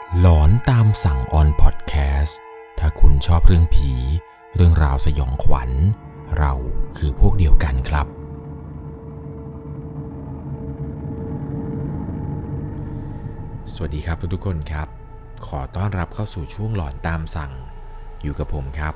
หลอนตามสั่งออนพอดแคสต์ถ้าคุณชอบเรื่องผีเรื่องราวสยองขวัญเราคือพวกเดียวกันครับสวัสดีครับทุกคนครับขอต้อนรับเข้าสู่ช่วงหลอนตามสั่งอยู่กับผมครับ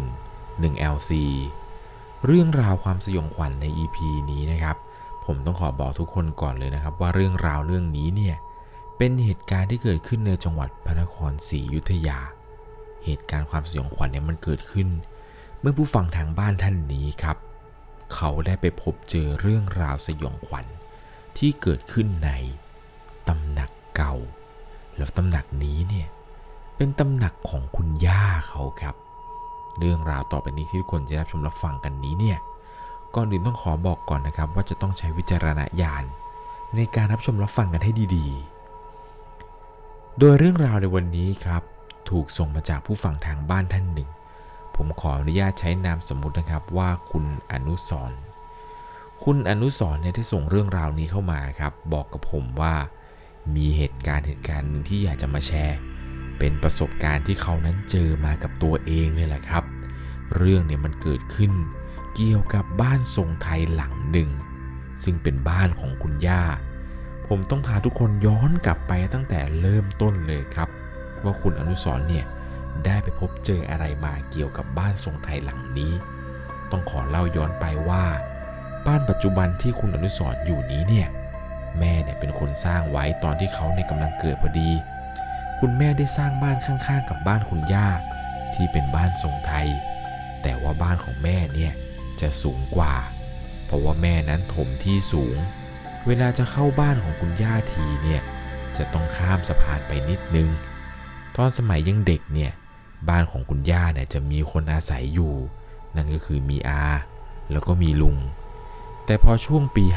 1 LC เรื่องราวความสยองขวัญใน EP นี้นะครับผมต้องขอบอกทุกคนก่อนเลยนะครับว่าเรื่องราวเรื่องนี้เนี่ยเป็นเหตุการณ์ที่เกิดขึ้นในจังหวัดพระนครศรีอยุธยาเหตุการณ์ความสยองขวัญเนี่ยมันเกิดขึ้นเมื่อผู้ฟังทางบ้านท่านนี้ครับเขาได้ไปพบเจอเรื่องราวสยองขวัญที่เกิดขึ้นในตำหนักเก่าแล้วตำหนักนี้เนี่ยเป็นตำหนักของคุณย่าเขาครับเรื่องราวต่อไปนี้ที่ทุกคนจะรับชมรับฟังกันนี้เนี่ยก่อนอื่นต้องขอบอกก่อนนะครับว่าจะต้องใช้วิจารณญาณในการรับชมรับฟังกันให้ดีๆโดยเรื่องราวในวันนี้ครับถูกส่งมาจากผู้ฟังทางบ้านท่านหนึ่งผมขออนุญาตใช้นามสมมุตินะครับว่าคุณอนุสรณ์เนี่ยที่ส่งเรื่องราวนี้เข้ามาครับบอกกับผมว่ามีเหตุการณ์หนึ่งที่อยากจะมาแชร์เป็นประสบการณ์ที่เขานั้นเจอมากับตัวเองเลยแหละครับเรื่องเนี่ยมันเกิดขึ้นเกี่ยวกับบ้านทรงไทยหลังหนึ่งซึ่งเป็นบ้านของคุณย่าผมต้องพาทุกคนย้อนกลับไปตั้งแต่เริ่มต้นเลยครับว่าคุณอนุสรณ์เนี่ยได้ไปพบเจออะไรมาเกี่ยวกับบ้านทรงไทยหลังนี้ต้องขอเล่าย้อนไปว่าบ้านปัจจุบันที่คุณอนุสรณ์อยู่นี้เนี่ยแม่เนี่ยเป็นคนสร้างไว้ตอนที่เขาเนี่ยกำลังเกิดพอดีคุณแม่ได้สร้างบ้านข้างๆกับบ้านคุณย่าที่เป็นบ้านทรงไทยแต่ว่าบ้านของแม่เนี่ยจะสูงกว่าเพราะว่าแม่นั้นถมที่สูงเวลาจะเข้าบ้านของคุณย่าทีเนี่ยจะต้องข้ามสะพานไปนิดนึงตอนสมัยยังเด็กเนี่ยบ้านของคุณย่าเนี่ยจะมีคนอาศัยอยู่นั่นก็คือมีอาแล้วก็มีลุงแต่พอช่วงปี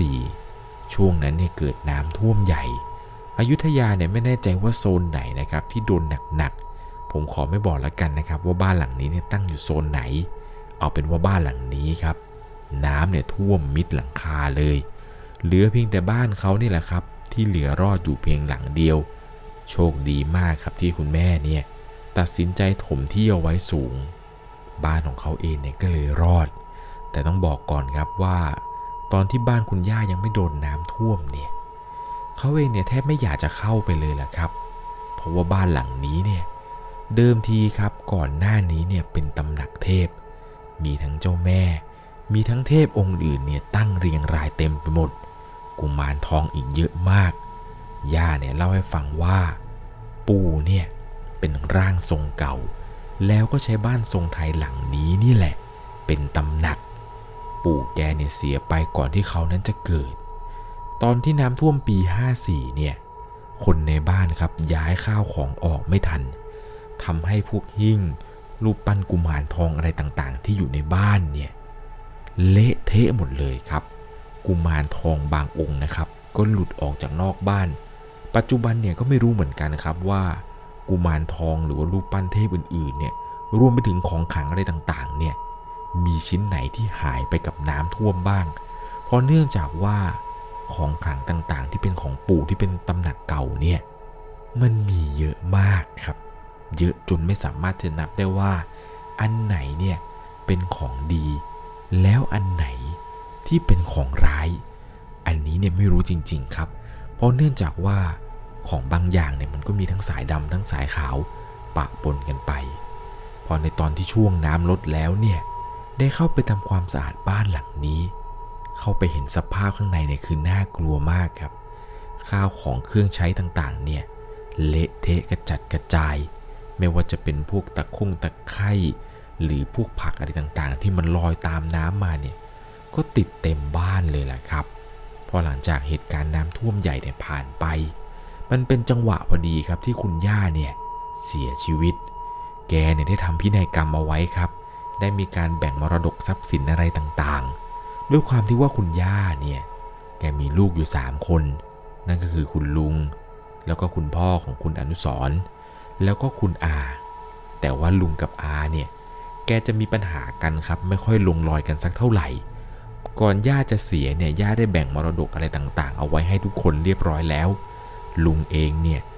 54ช่วงนั้นเนี่ยเกิดน้ำท่วมใหญ่อยุธยาเนี่ยไม่แน่ใจว่าโซนไหนนะครับที่โดนหนักๆผมขอไม่บอกแล้วกันนะครับว่าบ้านหลังนี้เนี่ยตั้งอยู่โซนไหนเอาเป็นว่าบ้านหลังนี้ครับน้ำเนี่ยท่วมมิดหลังคาเลยเหลือเพียงแต่บ้านเขานี่แหละครับที่เหลือรอดอยู่เพียงหลังเดียวโชคดีมากครับที่คุณแม่เนี่ยตัดสินใจถมที่เอาไว้สูงบ้านของเขาเองเนี่ยก็เลยรอดแต่ต้องบอกก่อนครับว่าตอนที่บ้านคุณย่ายังไม่โดนน้ำท่วมเนี่ยเขาเองเนี่ยแทบไม่อยากจะเข้าไปเลยแหละครับเพราะว่าบ้านหลังนี้เนี่ยเดิมทีครับก่อนหน้านี้เนี่ยเป็นตำหนักเทพมีทั้งเจ้าแม่มีทั้งเทพองค์อื่นเนี่ยตั้งเรียงรายเต็มไปหมดกุมารทองอีกเยอะมากย่าเนี่ยเล่าให้ฟังว่าปู่เนี่ยเป็นร่างทรงเก่าแล้วก็ใช้บ้านทรงไทยหลังนี้นี่แหละเป็นตำหนักปู่แกเนี่ยเสียไปก่อนที่เขานั้นจะเกิดตอนที่น้ำท่วมปี54เนี่ยคนในบ้านครับย้ายข้าวของออกไม่ทันทำให้พวกหิ้งรูปปั้นกุมารทองอะไรต่างๆที่อยู่ในบ้านเนี่ยเละเทะหมดเลยครับกุมารทองบางองค์นะครับก็หลุดออกจากนอกบ้านปัจจุบันเนี่ยก็ไม่รู้เหมือนกันครับว่ากุมารทองหรือว่ารูปปั้นเทพอื่นๆเนี่ยรวมไปถึงของขลังอะไรต่างๆเนี่ยมีชิ้นไหนที่หายไปกับน้ำท่วมบ้างเพราะเนื่องจากว่าของขลังต่างๆที่เป็นของปู่ที่เป็นตำหนักเก่าเนี่ยมันมีเยอะมากครับเยอะจนไม่สามารถจะนับได้ว่าอันไหนเนี่ยเป็นของดีแล้วอันไหนที่เป็นของร้ายอันนี้เนี่ยไม่รู้จริงๆครับเพราะเนื่องจากว่าของบางอย่างเนี่ยมันก็มีทั้งสายดำทั้งสายขาวปะปนกันไปพอในตอนที่ช่วงน้ำลดแล้วเนี่ยได้เข้าไปทำความสะอาดบ้านหลังนี้เข้าไปเห็นสภาพข้างในเนี่ยคือน่ากลัวมากครับข้าวของเครื่องใช้ต่างๆเนี่ยเละเทะกระจัดกระจายไม่ว่าจะเป็นพวกตะไคร้หรือพวกผักอะไรต่างๆที่มันลอยตามน้ำมาเนี่ยก็ติดเต็มบ้านเลยแหละครับพอหลังจากเหตุการณ์น้ำท่วมใหญ่เนี่ยผ่านไปมันเป็นจังหวะพอดีครับที่คุณย่าเนี่ยเสียชีวิตแกเนี่ยได้ทำพินัยกรรมเอาไว้ครับได้มีการแบ่งมรดกทรัพย์สินอะไรต่างๆด้วยความที่ว่าคุณย่าเนี่ยแกมีลูกอยู่3คนนั่นก็คือคุณลุงแล้วก็คุณพ่อของคุณอนุสรณ์แล้วก็คุณอาแต่ว่าลุงกับอาเนี่ยแกจะมีปัญหากันครับไม่ค่อยลงรอยกันสักเท่าไหร่ก่อนย่าจะเสียเนี่ยย่าได้แบ่งมรดกอะไรต่างๆเอาไว้ให้ทุกคนเรียบร้อยแล้วลุงเองเนี่ย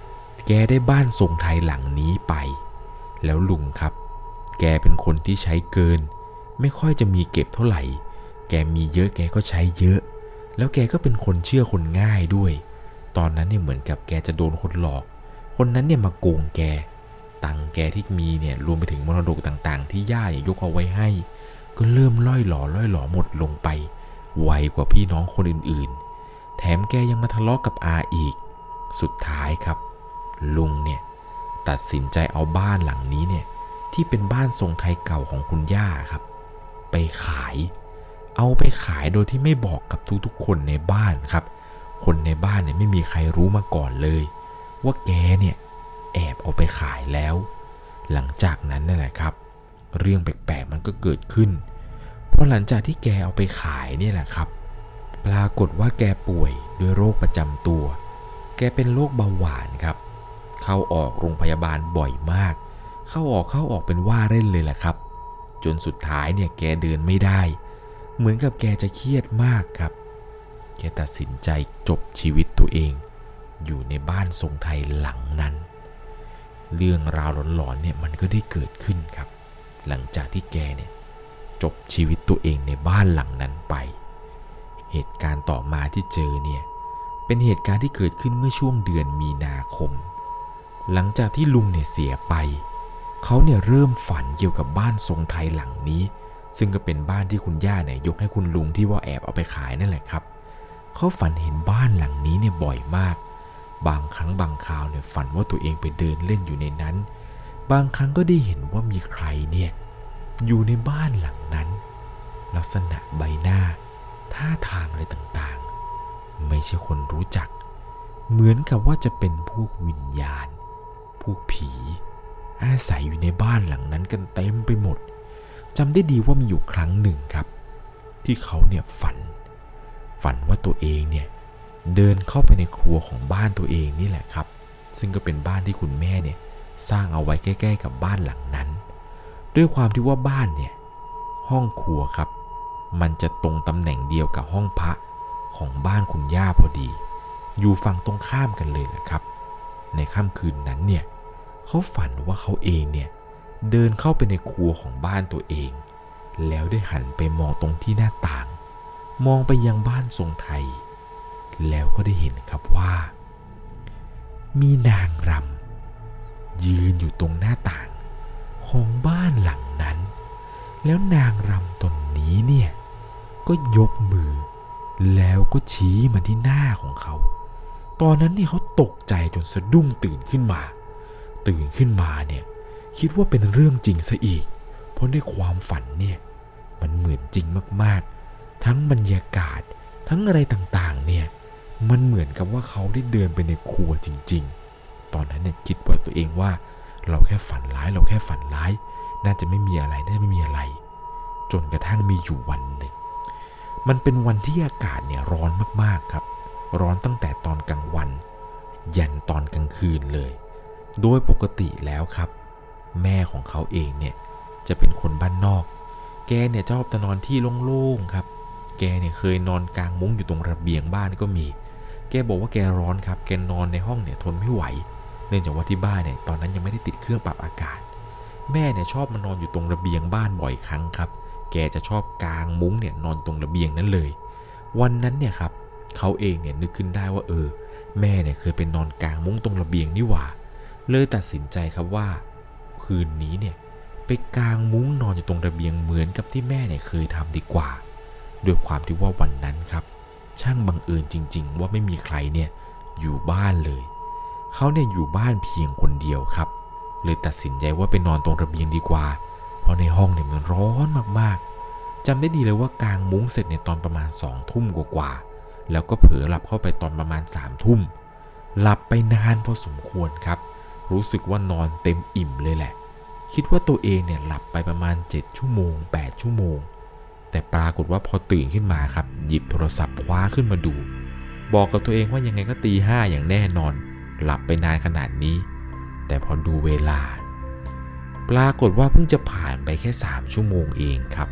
แกได้บ้านทรงไทยหลังนี้ไปแล้วลุงครับแกเป็นคนที่ใช้เกินไม่ค่อยจะมีเก็บเท่าไหร่แกมีเยอะแกก็ใช้เยอะแล้วแกก็เป็นคนเชื่อคนง่ายด้วยตอนนั้นเนี่ยเหมือนกับแกจะโดนคนหลอกคนนั้นเนี่ยมาโกงแกตังแกที่มีเนี่ยรวมไปถึงมรดกต่างๆที่ย่ายกเอาไว้ให้ก็เริ่มล่อยหล่อหมดลงไปไวกว่าพี่น้องคนอื่นๆแถมแกยังมาทะเลาะกับอาอีกสุดท้ายครับลุงเนี่ยตัดสินใจเอาบ้านหลังนี้เนี่ยที่เป็นบ้านทรงไทยเก่าของคุณย่าครับไปขายเอาไปขายโดยที่ไม่บอกกับทุกๆคนในบ้านครับคนในบ้านเนี่ยไม่มีใครรู้มาก่อนเลยว่าแกเนี่ยแอบเอาไปขายแล้วหลังจากนั้นนั่นแหละครับเรื่องแปลกๆมันก็เกิดขึ้นเพราะหลังจากที่แกเอาไปขายเนี่ยแหละครับปรากฏว่าแกป่วยด้วยโรคประจำตัวแกเป็นโรคเบาหวานครับเข้าออกโรงพยาบาลบ่อยมากเข้าออกเป็นว่าเล่นเลยแหละครับจนสุดท้ายเนี่ยแกเดินไม่ได้เหมือนกับแกจะเครียดมากครับแกตัดสินใจจบชีวิตตัวเองอยู่ในบ้านทรงไทยหลังนั้นเรื่องราวหลอนๆเนี่ยมันก็ได้เกิดขึ้นครับหลังจากที่แกเนี่ยจบชีวิตตัวเองในบ้านหลังนั้นไปเหตุการณ์ต่อมาที่เจอเนี่ยเป็นเหตุการณ์ที่เกิดขึ้นเมื่อช่วงเดือนมีนาคมหลังจากที่ลุงเนี่ยเสียไปเขาเนี่ยเริ่มฝันเกี่ยวกับบ้านทรงไทยหลังนี้ซึ่งก็เป็นบ้านที่คุณย่าเนี่ยยกให้คุณลุงที่ว่าแอบเอาไปขายนั่นแหละครับเขาฝันเห็นบ้านหลังนี้เนี่ยบ่อยมากบางครั้งบางคราวเนี่ยฝันว่าตัวเองไปเดินเล่นอยู่ในนั้นบางครั้งก็ได้เห็นว่ามีใครเนี่ยอยู่ในบ้านหลังนั้นลักษณะใบหน้าท่าทางอะไรต่างๆไม่ใช่คนรู้จักเหมือนกับว่าจะเป็นพวกวิญญาณพวกผีอาศัยอยู่ในบ้านหลังนั้นกันเต็มไปหมดจำได้ดีว่ามีอยู่ครั้งหนึ่งครับที่เขาเนี่ยฝันว่าตัวเองเนี่ยเดินเข้าไปในครัวของบ้านตัวเองนี่แหละครับซึ่งก็เป็นบ้านที่คุณแม่เนี่ยสร้างเอาไว้ใกล้ๆกับบ้านหลังนั้นด้วยความที่ว่าบ้านเนี่ยห้องครัวครับมันจะตรงตำแหน่งเดียวกับห้องพระของบ้านคุณย่าพอดีอยู่ฝั่งตรงข้ามกันเลยแหละครับในค่ำคืนนั้นเนี่ยเขาฝันว่าเขาเองเนี่ยเดินเข้าไปในครัวของบ้านตัวเองแล้วได้หันไปมองตรงที่หน้าต่างมองไปยังบ้านทรงไทยแล้วก็ได้เห็นครับว่ามีนางรำยืนอยู่ตรงหน้าต่างของบ้านหลังนั้นแล้วนางรำตนนี้เนี่ยก็ยกมือแล้วก็ชี้มาที่หน้าของเขาตอนนั้นเนี่ยเขาตกใจจนสะดุ้งตื่นขึ้นมาเนี่ยคิดว่าเป็นเรื่องจริงซะอีกเพราะในความฝันเนี่ยมันเหมือนจริงมากๆทั้งบรรยากาศทั้งอะไรต่างๆเนี่ยมันเหมือนกับว่าเขาได้เดินไปในครัวจริงๆตอนนั้นเนี่ยคิดว่าตัวเองว่าเราแค่ฝันร้ายน่าจะไม่มีอะไรจนกระทั่งมีอยู่วันหนึ่งมันเป็นวันที่อากาศเนี่ยร้อนมากๆครับร้อนตั้งแต่ตอนกลางวันยันตอนกลางคืนเลยโดยปกติแล้วครับแม่ของเขาเองเนี่ยจะเป็นคนบ้านนอกแกเนี่ยชอบจะนอนที่โล่งๆครับแกเนี่ยเคยนอนกลางมุ้งอยู่ตรงระเบียงบ้านก็มีแกบอกว่าแกร้อนครับแกนอนในห้องเนี่ยทนไม่ไหวเนื่องจากว่าที่บ้านเนี่ยตอนนั้นยังไม่ได้ติดเครื่องปรับอากาศแม่เนี่ยชอบมานอนอยู่ตรงระเบียงบ้านบ่อยครั้งครับแกจะชอบกางมุ้งเนี่ยนอนตรงระเบียงนั้นเลยวันนั้นเนี่ยครับเขาเองเนี่ยนึกขึ้นได้ว่าแม่เนี่ยเคยเป็นนอนกางมุ้งตรงระเบียงนี่หว่าเลยตัดสินใจครับว่าคืนนี้เนี่ยไปกางมุ้งนอนอยู่ตรงระเบียงเหมือนกับที่แม่เนี่ยเคยทำดีกว่าด้วยความที่ว่าวันนั้นครับช่างบังเอิญจริงๆว่าไม่มีใครเนี่ยอยู่บ้านเลยเขาเนี่ยอยู่บ้านเพียงคนเดียวครับเลยตัดสินใจว่าไปนอนตรงระเบียงดีกว่าเพราะในห้องเนี่ยมันร้อนมากๆจำได้ดีเลยว่ากางมุ้งเสร็จในตอนประมาณ20 ทุ่มกว่าแล้วก็เผลอหลับเข้าไปตอนประมาณ3 ทุ่มหลับไปนานพอสมควรครับรู้สึกว่านอนเต็มอิ่มเลยแหละคิดว่าตัวเองเนี่ยหลับไปประมาณ7 ชั่วโมง8 ชั่วโมงแต่ปรากฏว่าพอตื่นขึ้นมาครับหยิบโทรศัพท์คว้าขึ้นมาดูบอกกับตัวเองว่ายังไงก็ตี 5อย่างแน่นอนหลับไปนานขนาดนี้แต่พอดูเวลาปรากฏว่าเพิ่งจะผ่านไปแค่3 ชั่วโมงเองครับ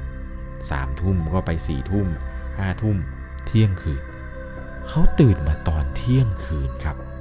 3 ทุ่มก็ไป4 ทุ่ม5 ทุ่มเที่ยงคืนเขาตื่นมาตอนเที่ยงคืนครับ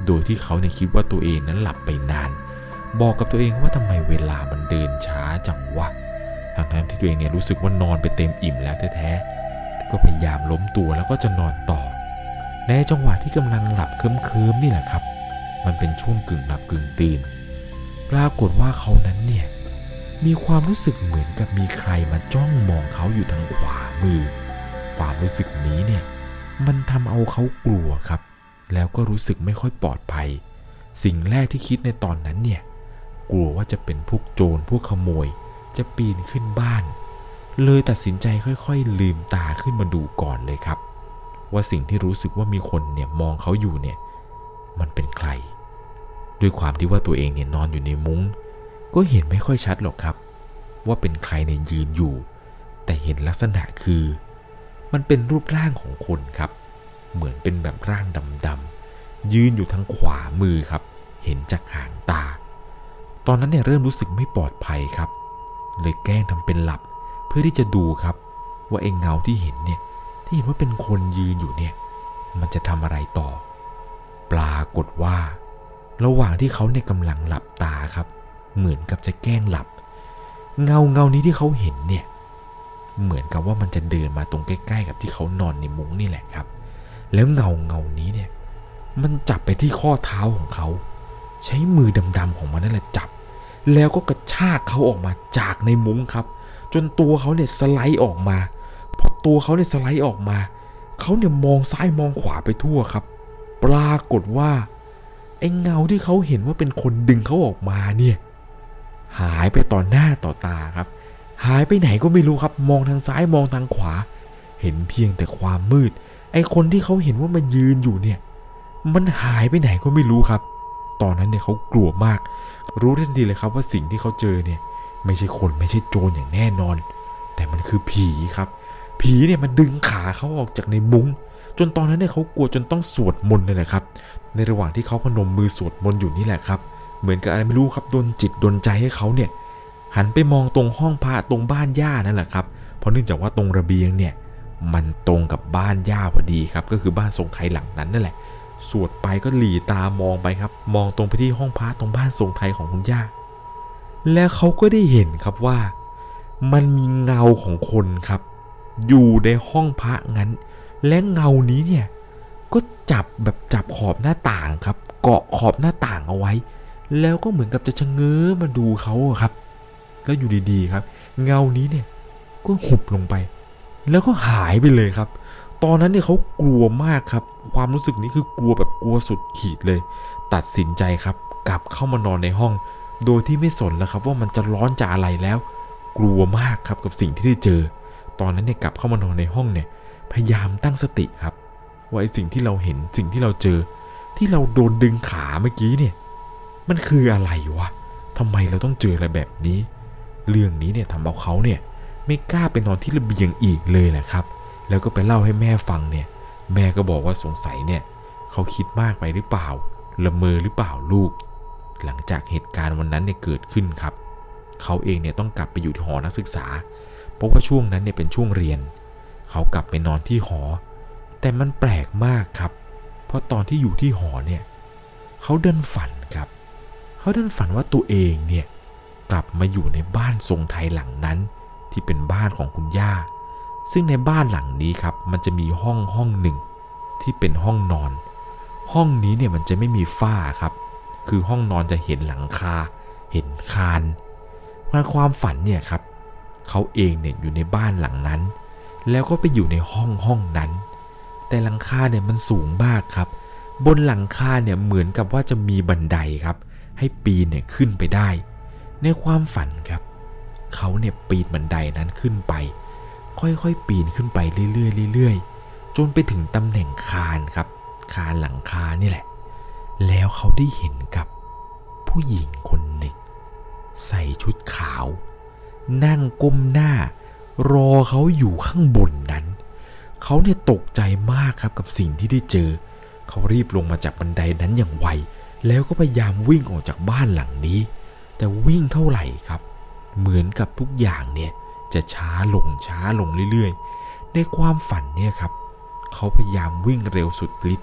โดยที่เขาเนี่ยคิดว่าตัวเองนั้นหลับไปนานบอกกับตัวเองว่าทำไมเวลามันเดินช้าจังวะทั้งที่ตัวเองเนี่ยรู้สึกว่านอนไปเต็มอิ่มแล้วแท้ๆก็พยายามล้มตัวแล้วก็จะนอนต่อในจังหวะที่กำลังหลับเคลิ้มๆนี่แหละครับมันเป็นช่วงกึ่งหลับกึ่งตื่นปรากฏว่าเขานั้นเนี่ยมีความรู้สึกเหมือนกับมีใครมาจ้องมองเขาอยู่ทางขวามือความรู้สึกนี้เนี่ยมันทำเอาเขากลัวครับแล้วก็รู้สึกไม่ค่อยปลอดภัยสิ่งแรกที่คิดในตอนนั้นเนี่ยกลัวว่าจะเป็นพวกโจรพวกขโมยจะปีนขึ้นบ้านเลยตัดสินใจค่อยๆลืมตาขึ้นมาดูก่อนเลยครับว่าสิ่งที่รู้สึกว่ามีคนเนี่ยมองเขาอยู่เนี่ยมันเป็นใครด้วยความที่ว่าตัวเองเนี่ยนอนอยู่ในมุ้งก็เห็นไม่ค่อยชัดหรอกครับว่าเป็นใครเนี่ยยืนอยู่แต่เห็นลักษณะคือมันเป็นรูปร่างของคนครับเหมือนเป็นแบบร่างดำๆยืนอยู่ทางขวามือครับเห็นจากหางตาตอนนั้นเนี่ยเริ่มรู้สึกไม่ปลอดภัยครับเลยแกล้งทำเป็นหลับเพื่อที่จะดูครับว่าไอ้เงาที่เห็นเนี่ยที่เห็นว่าเป็นคนยืนอยู่เนี่ยมันจะทำอะไรต่อปรากฏว่าระหว่างที่เขาเนี่ยกำลังหลับตาครับเหมือนกับจะแกล้งหลับเงานี้ที่เขาเห็นเนี่ยเหมือนกับว่ามันจะเดินมาตรงใกล้ๆกับที่เขานอนในมุ้งนี่แหละครับแล้วเงานี้เนี่ยมันจับไปที่ข้อเท้าของเขาใช้มือดำๆของมันนั่นแหละจับแล้วก็กระชากเขาออกมาจากในมุ้งครับจนตัวเขาเนี่ยสไลด์ออกมาพอตัวเขาเนี่ยสไลด์ออกมาเขาเนี่ยมองซ้ายมองขวาไปทั่วครับปรากฏว่าไอ้เงาที่เขาเห็นว่าเป็นคนดึงเขาออกมาเนี่ยหายไปต่อหน้าต่อตาครับหายไปไหนก็ไม่รู้ครับมองทางซ้ายมองทางขวาเห็นเพียงแต่ความมืดไอ้คนที่เขาเห็นว่ามันยืนอยู่เนี่ยมันหายไปไหนก็ไม่รู้ครับตอนนั้นเนี่ยเขากลัวมากรู้ทันทีเลยครับว่าสิ่งที่เขาเจอเนี่ยไม่ใช่คนไม่ใช่โจรอย่างแน่นอนแต่มันคือผีครับผีเนี่ยมันดึงขาเขาออกจากในมุ้งจนตอนนั้นเนี่ยเขากลัวจนต้องสวดมนต์เลยแหละครับในระหว่างที่เขาพนมมือสวดมนต์อยู่นี่แหละครับเหมือนกับอะไรไม่รู้ครับดลจิตดลใจให้เขาเนี่ยหันไปมองตรงห้องพระตรงบ้านย่านั่นแหละครับเพราะเนื่องจากว่าตรงระเบียงเนี่ยมันตรงกับบ้านย่าพอดีครับก็คือบ้านทรงไทยหลังนั้นนั่นแหละสวดไปก็หลีตามองไปครับมองตรงไปที่ห้องพระตรงบ้านทรงไทยของคุณย่าแล้วเขาก็ได้เห็นครับว่ามันมีเงาของคนครับอยู่ในห้องพระงั้นและเงานี้เนี่ยก็จับขอบหน้าต่างครับเกาะขอบหน้าต่างเอาไว้แล้วก็เหมือนกับจะชะเง้อมาดูเขาครับแล้วอยู่ดีๆครับเงานี้เนี่ยก็หุบลงไปแล้วก็หายไปเลยครับตอนนั้นเนี่ยเขากลัวมากครับความรู้สึกนี้คือกลัวแบบกลัวสุดขีดเลยตัดสินใจครับกลับเข้ามานอนในห้องโดยที่ไม่สนแล้วครับว่ามันจะร้อนจะอะไรแล้วกลัวมากครับกับสิ่งที่ได้เจอตอนนั้นเนี่ยกลับเข้ามานอนในห้องเนี่ยพยายามตั้งสติครับว่าไอ้สิ่งที่เราเห็นสิ่งที่เราเจอที่เราโดนดึงขาเมื่อกี้เนี่ยมันคืออะไรวะทำไมเราต้องเจออะไรแบบนี้เรื่องนี้เนี่ยทำเอาเขาเนี่ยไม่กล้าไปนอนที่ระเบียงอีกเลยแหละครับแล้วก็ไปเล่าให้แม่ฟังเนี่ยแม่ก็บอกว่าสงสัยเนี่ยเขาคิดมากไปหรือเปล่าละเมอหรือเปล่าลูกหลังจากเหตุการณ์วันนั้นเนี่ยเกิดขึ้นครับเขาเองเนี่ยต้องกลับไปอยู่ที่หอนักศึกษาเพราะว่าช่วงนั้นเนี่ยเป็นช่วงเรียนเขากลับไปนอนที่หอแต่มันแปลกมากครับเพราะตอนที่อยู่ที่หอเนี่ยเขาเดินฝันครับเขาเดินฝันว่าตัวเองเนี่ยกลับมาอยู่ในบ้านทรงไทยหลังนั้นที่เป็นบ้านของคุณย่าซึ่งในบ้านหลังนี้ครับมันจะมีห้องหนึ่งที่เป็นห้องนอนห้องนี้เนี่ยมันจะไม่มีฝ้าครับคือห้องนอนจะเห็นหลังคาเห็นคานในความฝันเนี่ยครับเขาเองเนี่ยอยู่ในบ้านหลังนั้นแล้วก็ไปอยู่ในห้องนั้นแต่หลังคาเนี่ยมันสูงมากครับบนหลังคาเนี่ยเหมือนกับว่าจะมีบันไดครับให้ปีนเนี่ยขึ้นไปได้ในความฝันครับเขาเนี่ยปีนบันไดนั้นขึ้นไปค่อยๆปีนขึ้นไปเรื่อยๆจนไปถึงตำแหน่งคานครับคานหลังคานี่แหละแล้วเขาได้เห็นกับผู้หญิงคนหนึ่งใส่ชุดขาวนั่งก้มหน้ารอเขาอยู่ข้างบนนั้นเขาเนี่ยตกใจมากครับกับสิ่งที่ได้เจอเขารีบลงมาจากบันไดนั้นอย่างไวแล้วก็พยายามวิ่งออกจากบ้านหลังนี้แต่วิ่งเท่าไหร่ครับเหมือนกับทุกอย่างเนี่ยจะช้าลงเรื่อยๆในความฝันเนี่ยครับเขาพยายามวิ่งเร็วสุดฤทธิ์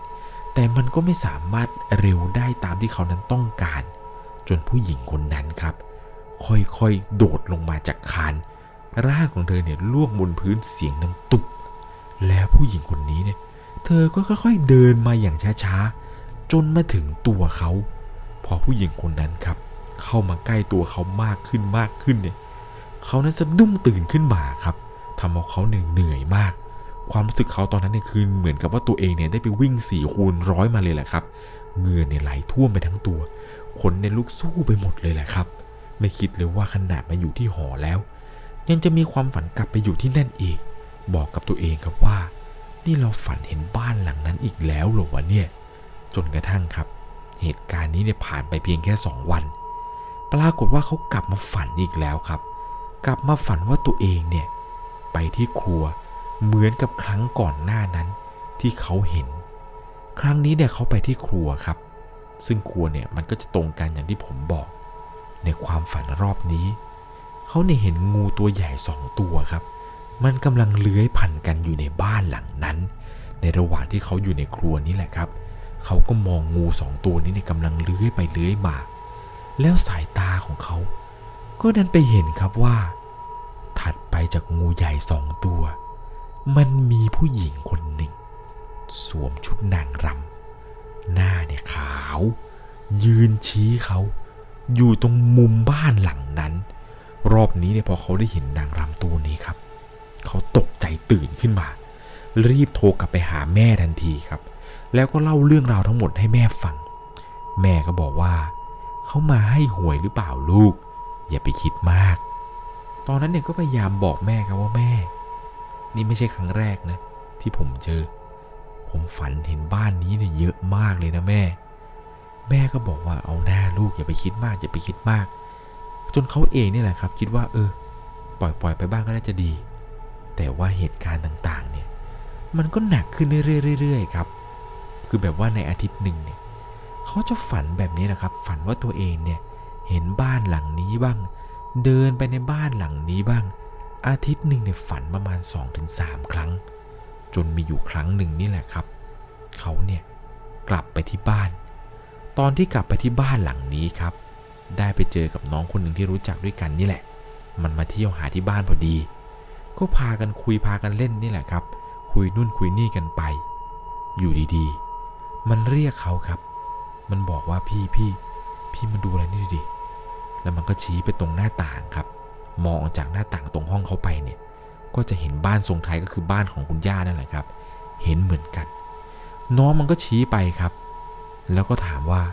แต่มันก็ไม่สามารถเร็วได้ตามที่เขานั้นต้องการจนผู้หญิงคนนั้นครับค่อยๆโดดลงมาจากคานร่างของเธอเนี่ยล่วงบนพื้นเสียงดังตุบแล้วผู้หญิงคนนี้เนี่ยเธอก็ค่อยๆเดินมาอย่างช้าๆจนมาถึงตัวเขาพอผู้หญิงคนนั้นครับเข้ามาใกล้ตัวเขามากขึ้นเนี่ยเขานั้นสะดุ้งตื่นขึ้นมาครับทำเอาเขาเหนื่อยมากความรู้สึกเขาตอนนั้นเนี่ยคือเหมือนกับว่าตัวเองเนี่ยได้ไปวิ่ง4 คูณ 100มาเลยแหละครับเหงื่อเนี่ยไหลท่วมไปทั้งตัวขนเนี่ยลุกสู้ไปหมดเลยแหละครับไม่คิดเลยว่าขนาดมาอยู่ที่หอแล้วยังจะมีความฝันกลับไปอยู่ที่นั่นอีกบอกกับตัวเองครับว่านี่เราฝันเห็นบ้านหลังนั้นอีกแล้วเหรอวะเนี่ยจนกระทั่งครับเหตุการณ์นี้เนี่ยผ่านไปเพียงแค่2 วันปรากฏว่าเขากลับมาฝันอีกแล้วครับกลับมาฝันว่าตัวเองเนี่ยไปที่ครัวเหมือนกับครั้งก่อนหน้านั้นที่เขาเห็นครั้งนี้เนี่ยเขาไปที่ครัวครับซึ่งครัวเนี่ยมันก็จะตรงกันอย่างที่ผมบอกในความฝันรอบนี้เขาเนี่ยเห็นงูตัวใหญ่2 ตัวครับมันกำลังเลื้อยพันกันอยู่ในบ้านหลังนั้นในระหว่างที่เขาอยู่ในครัวนี่แหละครับเขาก็มองงู2 ตัวนี้เนี่ยกำลังเลื้อยไปเลื้อยมาแล้วสายตาของเขาก็ดันไปเห็นครับว่าถัดไปจากงูใหญ่2 ตัวมันมีผู้หญิงคนหนึ่งสวมชุดนางรำหน้าเนี่ยขาวยืนชี้เขาอยู่ตรงมุมบ้านหลังนั้นรอบนี้เนี่ยพอเขาได้เห็นนางรำตัวนี้ครับเขาตกใจตื่นขึ้นมารีบโทรกลับไปหาแม่ทันทีครับแล้วก็เล่าเรื่องราวทั้งหมดให้แม่ฟังแม่ก็บอกว่าเขามาให้หวยหรือเปล่าลูกอย่าไปคิดมากตอนนั้นเนี่ยก็พยายามบอกแม่ครับว่าแม่นี่ไม่ใช่ครั้งแรกนะที่ผมเจอผมฝันเห็นบ้านนี้เนี่ยเยอะมากเลยนะแม่ก็บอกว่าเอาหน้าลูกอย่าไปคิดมากจนเขาเองนี่แหละครับคิดว่าปล่อยไปบ้างก็น่าจะดีแต่ว่าเหตุการณ์ต่างๆเนี่ยมันก็หนักขึ้นเรื่อยๆครับคือแบบว่าในอาทิตย์หนึ่งเนี่ยเขาจะฝันแบบนี้นะครับฝันว่าตัวเองเนี่ยเห็นบ้านหลังนี้บ้างเดินไปในบ้านหลังนี้บ้างอาทิตย์หนึ่งเนี่ยฝันประมาณ 2-3 ครั้งจนมีอยู่ครั้งหนึ่งนี่แหละครับเขาเนี่ยกลับไปที่บ้านตอนที่กลับไปที่บ้านหลังนี้ครับได้ไปเจอกับน้องคนหนึ่งที่รู้จักด้วยกันนี่แหละมันมาเที่ยวหาที่บ้านพอดีก็พากันคุยพากันเล่นนี่แหละครับคุยนู่นคุยนี่กันไปอยู่ดีๆมันเรียกเขาครับมันบอกว่าพี่มาดูอะไรนี่ดิแล้วมันก็ชี้ไปตรงหน้าต่างครับมองออกจากหน้าต่างตรงห้องเขาไปเนี่ยก็จะเห็นบ้านทรงไทยก็คือบ้านของคุณย่านั่นแหละครับเห็นเหมือนกันน้องมันก็ชี้ไปครับแล้วก็ถามว่า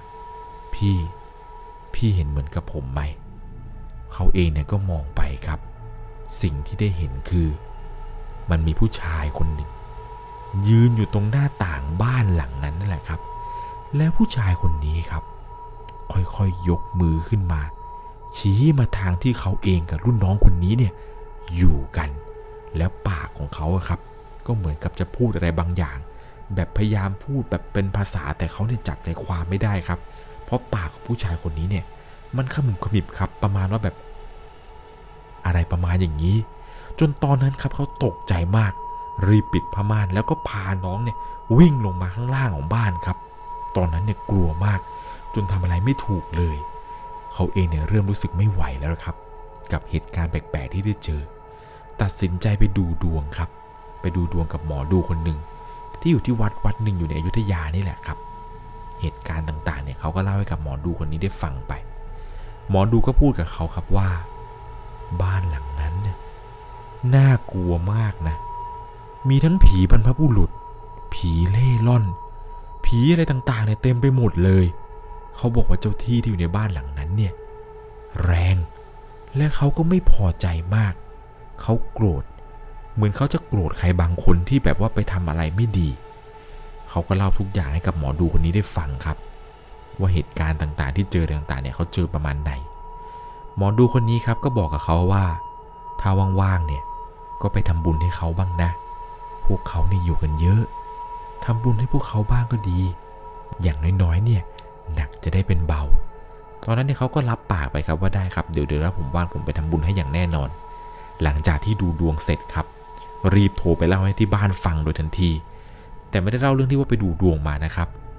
พี่เห็นเหมือนกับผมไหมเขาเองเนี่ยก็มองไปครับสิ่งที่ได้เห็นคือมันมีผู้ชายคนหนึ่งยืนอยู่ตรงหน้าต่างบ้านหลังนั้นนั่นแหละครับแล้วผู้ชายคนนี้ครับค่อยๆยกมือขึ้นมาชี้มาทางที่เขาเองกับรุ่นน้องคนนี้เนี่ยอยู่กันแล้วปากของเขาครับก็เหมือนกับจะพูดอะไรบางอย่างแบบพยายามพูดแบบเป็นภาษาแต่เขาเนี่ยจับใจความไม่ได้ครับเพราะปากของผู้ชายคนนี้เนี่ยมันขมุบขมิบครับประมาณว่าแบบอะไรประมาณอย่างนี้จนตอนนั้นครับเขาตกใจมากรีบปิดผ้าม่านแล้วก็พาน้องเนี่ยวิ่งลงมาข้างล่างของบ้านครับตอนนั้นเนี่ยกลัวมากจนทำอะไรไม่ถูกเลยเขาเองเนี่ยเริ่มรู้สึกไม่ไหวแล้วครับกับเหตุการณ์แปลกๆที่ได้เจอตัดสินใจไปดูดวงครับไปดูดวงกับหมอดูคนหนึ่งที่อยู่ที่วัดหนึ่งอยู่ในอยุธยานี่แหละครับเหตุการณ์ต่างๆเนี่ยเขาก็เล่าให้กับหมอดูคนนี้ได้ฟังไปหมอดูก็พูดกับเขาครับว่าบ้านหลังนั้นเนี่ยน่ากลัวมากนะมีทั้งผีบรรพบุรุษผีเล่ร่อนผีอะไรต่างๆเนี่ยเต็มไปหมดเลยเขาบอกว่าเจ้าที่ที่อยู่ในบ้านหลังนั้นเนี่ยแรงและเขาก็ไม่พอใจมากเขาโกรธเหมือนเขาจะโกรธใครบางคนที่แบบว่าไปทำอะไรไม่ดีเขาก็เล่าทุกอย่างให้กับหมอดูคนนี้ได้ฟังครับว่าเหตุการณ์ต่างๆที่เจอต่างๆเนี่ยเขาเจอประมาณไหนหมอดูคนนี้ครับก็บอกกับเขาว่าถ้าว่างๆเนี่ยก็ไปทำบุญให้เขาบ้างนะพวกเขาเนี่ยอยู่กันเยอะทำบุญให้พวกเขาบ้างก็ดีอย่างน้อยๆเนี่ยหนักจะได้เป็นเบาตอนนั้นเนี่ยเขาก็รับปากไปครับว่าได้ครับเดี๋ยวแล้วผมว่างผมไปทำบุญให้อย่างแน่นอนหลังจากที่ดูดวงเสร็จครับรีบโทรไปเล่าให้ที่บ้านฟังโดยทันทีแต่ไม่ได้เล่าเรื่องที่ว่าไปดูดวงมานะครับ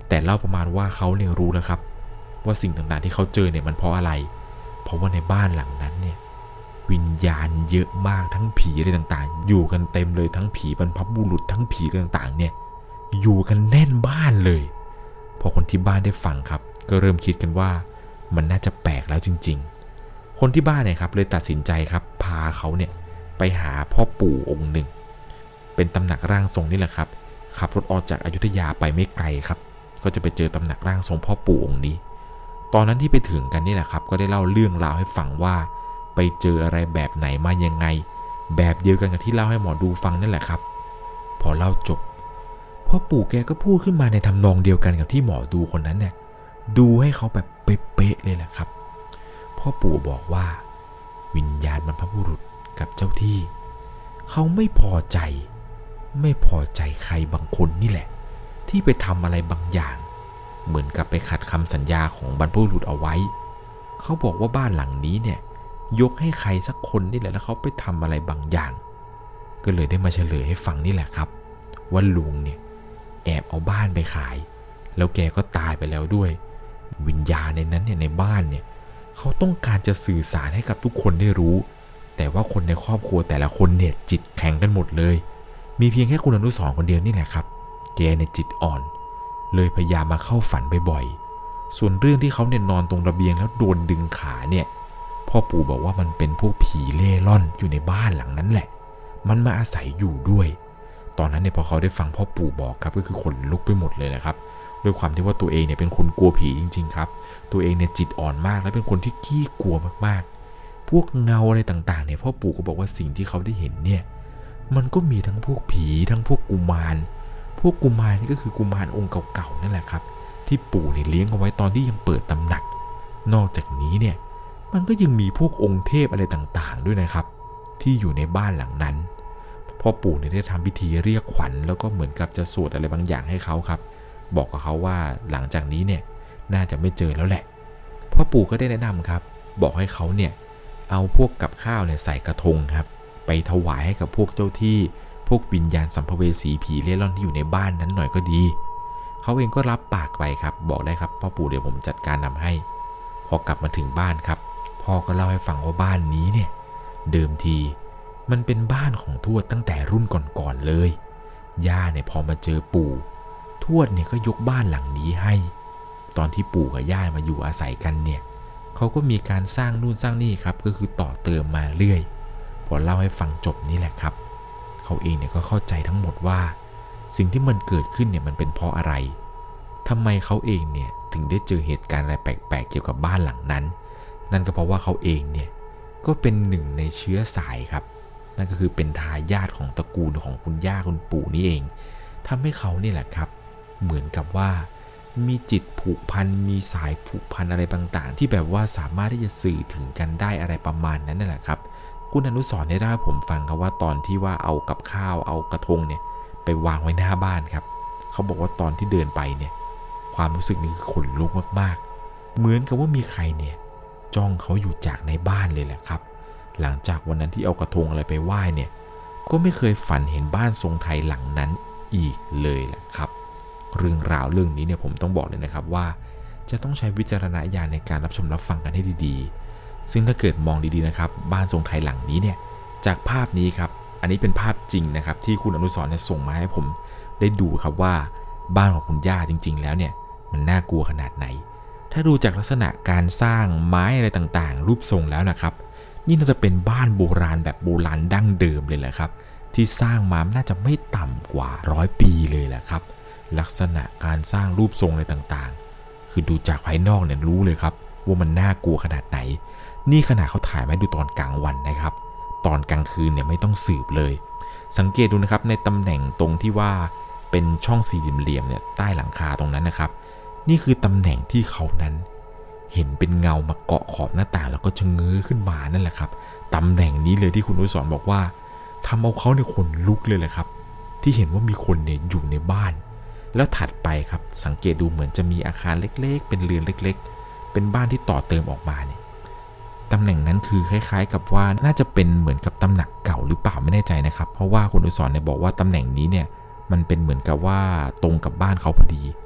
แต่เล่าประมาณว่าเขาเนี่ยรู้แล้วครับว่าสิ่งต่างๆที่เขาเจอเนี่ยมันเพราะอะไรเพราะว่าในบ้านหลังนั้นเนี่ยวิญญาณเยอะมากทั้งผีอะไรต่างๆอยู่กันเต็มเลยทั้งผีบรรพบุรุษทั้งผีอะไรต่างๆเนี่ยอยู่กันแน่นบ้านเลยพอคนที่บ้านได้ฟังครับก็เริ่มคิดกันว่ามันน่าจะแปลกแล้วจริงๆคนที่บ้านเนี่ยครับเลยตัดสินใจครับพาเขาเนี่ยไปหาพ่อปู่องค์หนึ่งเป็นตำหนักร่างทรงนี่แหละครับขับรถออกจากอยุธยาไปไม่ไกลครับก็จะไปเจอตำหนักร่างทรงพ่อปู่องค์นี้ตอนนั้นที่ไปถึงกันนี่แหละครับก็ได้เล่าเรื่องราวให้ฟังว่าไปเจออะไรแบบไหนมายังไงแบบเดียวกันกับที่เล่าให้หมอดูฟังนั่นแหละครับพอเล่าจบพ่อปู่แกก็พูดขึ้นมาในทำนองเดียวกันกับที่หมอดูคนนั้นเนี่ยดูให้เขาแบบเป๊ะๆเลยแหละครับพ่อปู่บอกว่าวิญญาณบรรพบุรุษกับเจ้าที่เขาไม่พอใจใครบางคนนี่แหละที่ไปทำอะไรบางอย่างเหมือนกับไปขัดคำสัญญาของบรรพบุรุษเอาไว้เขาบอกว่าบ้านหลังนี้เนี่ยยกให้ใครสักคนนี่แหละแล้วเขาไปทำอะไรบางอย่างก็เลยได้มาเฉลยให้ฟังนี่แหละครับว่าลุงเนี่ยแอบเอาบ้านไปขายแล้วแกก็ตายไปแล้วด้วยวิญญาณในนั้นเนี่ยในบ้านเนี่ยเขาต้องการจะสื่อสารให้กับทุกคนได้รู้แต่ว่าคนในครอบครัวแต่ละคนเนี่ยจิตแข็งกันหมดเลยมีเพียงแค่คุณอนุสรณ์คนเดียวนี่แหละครับแกเนี่ยจิตอ่อนเลยพยายามมาเข้าฝันบ่อยๆส่วนเรื่องที่เขาเนี่ยนอนตรงระเบียงแล้วโดนดึงขาเนี่ยพ่อปู่บอกว่ามันเป็นพวกผีเล่ร่อนอยู่ในบ้านหลังนั้นแหละมันมาอาศัยอยู่ด้วยตอนนั้นเนี่ยพอเขาได้ฟังพ่อปู่บอกครับก็คือขนลุกไปหมดเลยนะครับด้วยความที่ว่าตัวเองเนี่ยเป็นคนกลัวผีจริงๆครับตัวเองเนี่ยจิตอ่อนมากและเป็นคนที่ขี้กลัวมากๆพวกเงาอะไรต่างๆเนี่ยพ่อปู่ก็บอกว่าสิ่งที่เขาได้เห็นเนี่ยมันก็มีทั้งพวกผีทั้งพวกกุมารนี่ก็คือกุมารองค์เก่าๆนั่นแหละครับที่ปู่เนี่ยเลี้ยงเอาไว้ตอนที่ยังเปิดตำหนักนอกจากนี้เนี่ยมันก็ยังมีพวกองค์เทพอะไรต่างๆด้วยนะครับที่อยู่ในบ้านหลังนั้นพ่อปู่เนี่ยได้ทำพิธีเรียกขวัญแล้วก็เหมือนกับจะสวดอะไรบางอย่างให้เขาครับบอกกับเขาว่าหลังจากนี้เนี่ยน่าจะไม่เจอแล้วแหละพ่อปู่ก็ได้แนะนำครับบอกให้เขาเนี่ยเอาพวกกับข้าวเนี่ยใส่กระทงครับไปถวายให้กับพวกเจ้าที่พวกวิญญาณสัมภเวสีผีเล่ร่อนที่อยู่ในบ้านนั้นหน่อยก็ดีเขาเองก็รับปากไปครับบอกได้ครับพ่อปู่เดี๋ยวผมจัดการนำให้พอกลับมาถึงบ้านครับพ่อก็เล่าให้ฟังว่าบ้านนี้เนี่ยเดิมทีมันเป็นบ้านของทวดตั้งแต่รุ่นก่อนๆเลยย่าเนี่ยพอมาเจอปู่ทวดเนี่ยก็ยกบ้านหลังนี้ให้ตอนที่ปู่กับย่ามาอยู่อาศัยกันเนี่ยเขาก็มีการสร้างนู่นสร้างนี่ครับก็คือต่อเติมมาเรื่อยพอเล่าให้ฟังจบนี่แหละครับเขาเองเนี่ยก็เข้าใจทั้งหมดว่าสิ่งที่มันเกิดขึ้นเนี่ยมันเป็นเพราะอะไรทำไมเขาเองเนี่ยถึงได้เจอเหตุการณ์อะไรแปลกๆเกี่ยวกับบ้านหลังนั้นนั่นก็เพราะว่าเขาเองเนี่ยก็เป็นหนึ่งในเชื้อสายครับนั่นก็คือเป็นทายาทของตระกูลของคุณย่าคุณปู่นี่เองทำให้เขานี่แหละครับเหมือนกับว่ามีจิตผูกพันมีสายผูกพันอะไรต่างๆที่แบบว่าสามารถที่จะสื่อถึงกันได้อะไรประมาณนั้นนั่นแหละครับคุณอนุสรณ์ได้เล่าให้ผมฟังครับว่าตอนที่ว่าเอากับข้าวเอากระทงเนี่ยไปวางไว้หน้าบ้านครับเขาบอกว่าตอนที่เดินไปเนี่ยความรู้สึกนี้คือขนลุกมากๆเหมือนกับว่ามีใครเนี่ยจ้องเขาอยู่จากในบ้านเลยแหละครับหลังจากวันนั้นที่เอากระทงอะไรไปไหว้เนี่ยก็ไม่เคยฝันเห็นบ้านทรงไทยหลังนั้นอีกเลยแหละครับเรื่องราวเรื่องนี้เนี่ยผมต้องบอกเลยนะครับว่าจะต้องใช้วิจารณญาณในการรับชมรับฟังกันให้ดีๆซึ่งถ้าเกิดมองดีๆนะครับบ้านทรงไทยหลังนี้เนี่ยจากภาพนี้ครับอันนี้เป็นภาพจริงนะครับที่คุณอนุสรณ์เนี่ยส่งมาให้ผมได้ดูครับว่าบ้านของคุณย่าจริงๆแล้วเนี่ยมันน่ากลัวขนาดไหนถ้าดูจากลักษณะการสร้างไม้อะไรต่างๆรูปทรงแล้วนะครับนี่น่าจะเป็นบ้านโบราณแบบโบราณดั้งเดิมเลยแหละครับที่สร้างมาน่าจะไม่ต่ำกว่า100 ปีเลยแหละครับลักษณะการสร้างรูปทรงอะไรต่างๆคือดูจากภายนอกเนี่ยรู้เลยครับว่ามันน่ากลัวขนาดไหนนี่ขนาดเขาถ่ายมาดูตอนกลางวันนะครับตอนกลางคืนเนี่ยไม่ต้องสืบเลยสังเกตดูนะครับในตำแหน่งตรงที่ว่าเป็นช่องสี่เหลี่ยมเนี่ยใต้หลังคาตรงนั้นนะครับนี่คือตำแหน่งที่เขานั้นเห็นเป็นเงามาเกาะขอบหน้าต่างแล้วก็ชะเง้อขึ้นมานั่นแหละครับตำแหน่งนี้เลยที่คุณอนุสรณ์บอกว่าทำเอาเขาเนี่ยขนลุกเลยแหละครับที่เห็นว่ามีคนเนี่ยอยู่ในบ้านแล้วถัดไปครับสังเกตดูเหมือนจะมีอาคารเล็กๆเป็นเรือนเล็กๆเป็นบ้านที่ต่อเติมออกมาเนี่ยตำแหน่งนั้นคือคล้ายๆกับว่าน่าจะเป็นเหมือนกับตำหนักเก่าหรือเปล่าไม่แน่ใจนะครับเพราะว่าคุณอนุสรณ์เนี่ยบอกว่าตำแหน่งนี้เนี่ยมันเป็นเหมือนกับว่าตรงกับบ้านเขาพอดี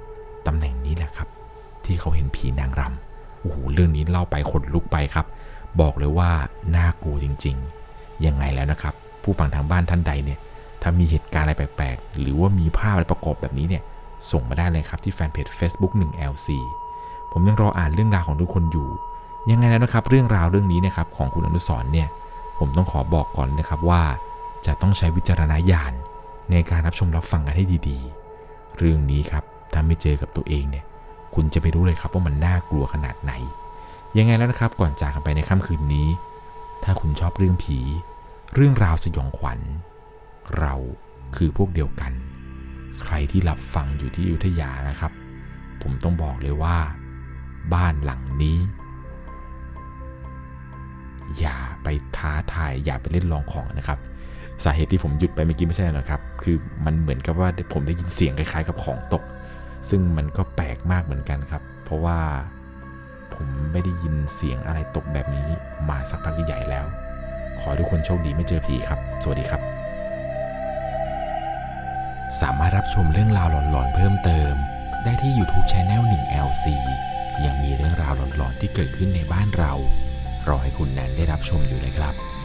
ตำแหน่งนี้แหละครับที่เขาเห็นผีนางรำโอ้โหเรื่องนี้เล่าไปขนลุกไปครับบอกเลยว่าน่ากลัวจริงๆยังไงแล้วนะครับผู้ฟังทางบ้านท่านใดเนี่ยถ้ามีเหตุการณ์อะไรแปลกๆหรือว่ามีภาพอะไรประกอบแบบนี้เนี่ยส่งมาได้เลยครับที่แฟนเพจ Facebook 1LC ผมยังรออ่านเรื่องราวของทุกคนอยู่ยังไงแล้วนะครับเรื่องราวเรื่องนี้นะครับของคุณอนุสรณ์เนี่ยผมต้องขอบอกก่อนนะครับว่าจะต้องใช้วิจารณญาณในการรับชมรับฟังกันให้ดีๆเรื่องนี้ครับถ้าไม่เจอกับตัวเองเนี่ยคุณจะไม่รู้เลยครับว่ามันน่ากลัวขนาดไหนยังไงแล้วนะครับก่อนจากกันไปในค่ำคืนนี้ถ้าคุณชอบเรื่องผีเรื่องราวสยองขวัญเราคือพวกเดียวกันใครที่รับฟังอยู่ที่อยุธยานะครับผมต้องบอกเลยว่าบ้านหลังนี้อย่าไปท้าทายอย่าไปเล่นลองของนะครับสาเหตุที่ผมหยุดไปเมื่อกี้ไม่ใช่หรอกครับคือมันเหมือนกับว่าผมได้ยินเสียงคล้ายๆกับของตกซึ่งมันก็แปลกมากเหมือนกันครับเพราะว่าผมไม่ได้ยินเสียงอะไรตกแบบนี้มาสักพักใหญ่แล้วขอให้ทุกคนโชคดีไม่เจอผีครับสวัสดีครับสามารถรับชมเรื่องราวหลอนๆเพิ่มเติมได้ที่ YouTube Channel 1LC ยังมีเรื่องราวหลอนๆที่เกิดขึ้นในบ้านเรารอให้คุณนั้นได้รับชมอยู่นะครับ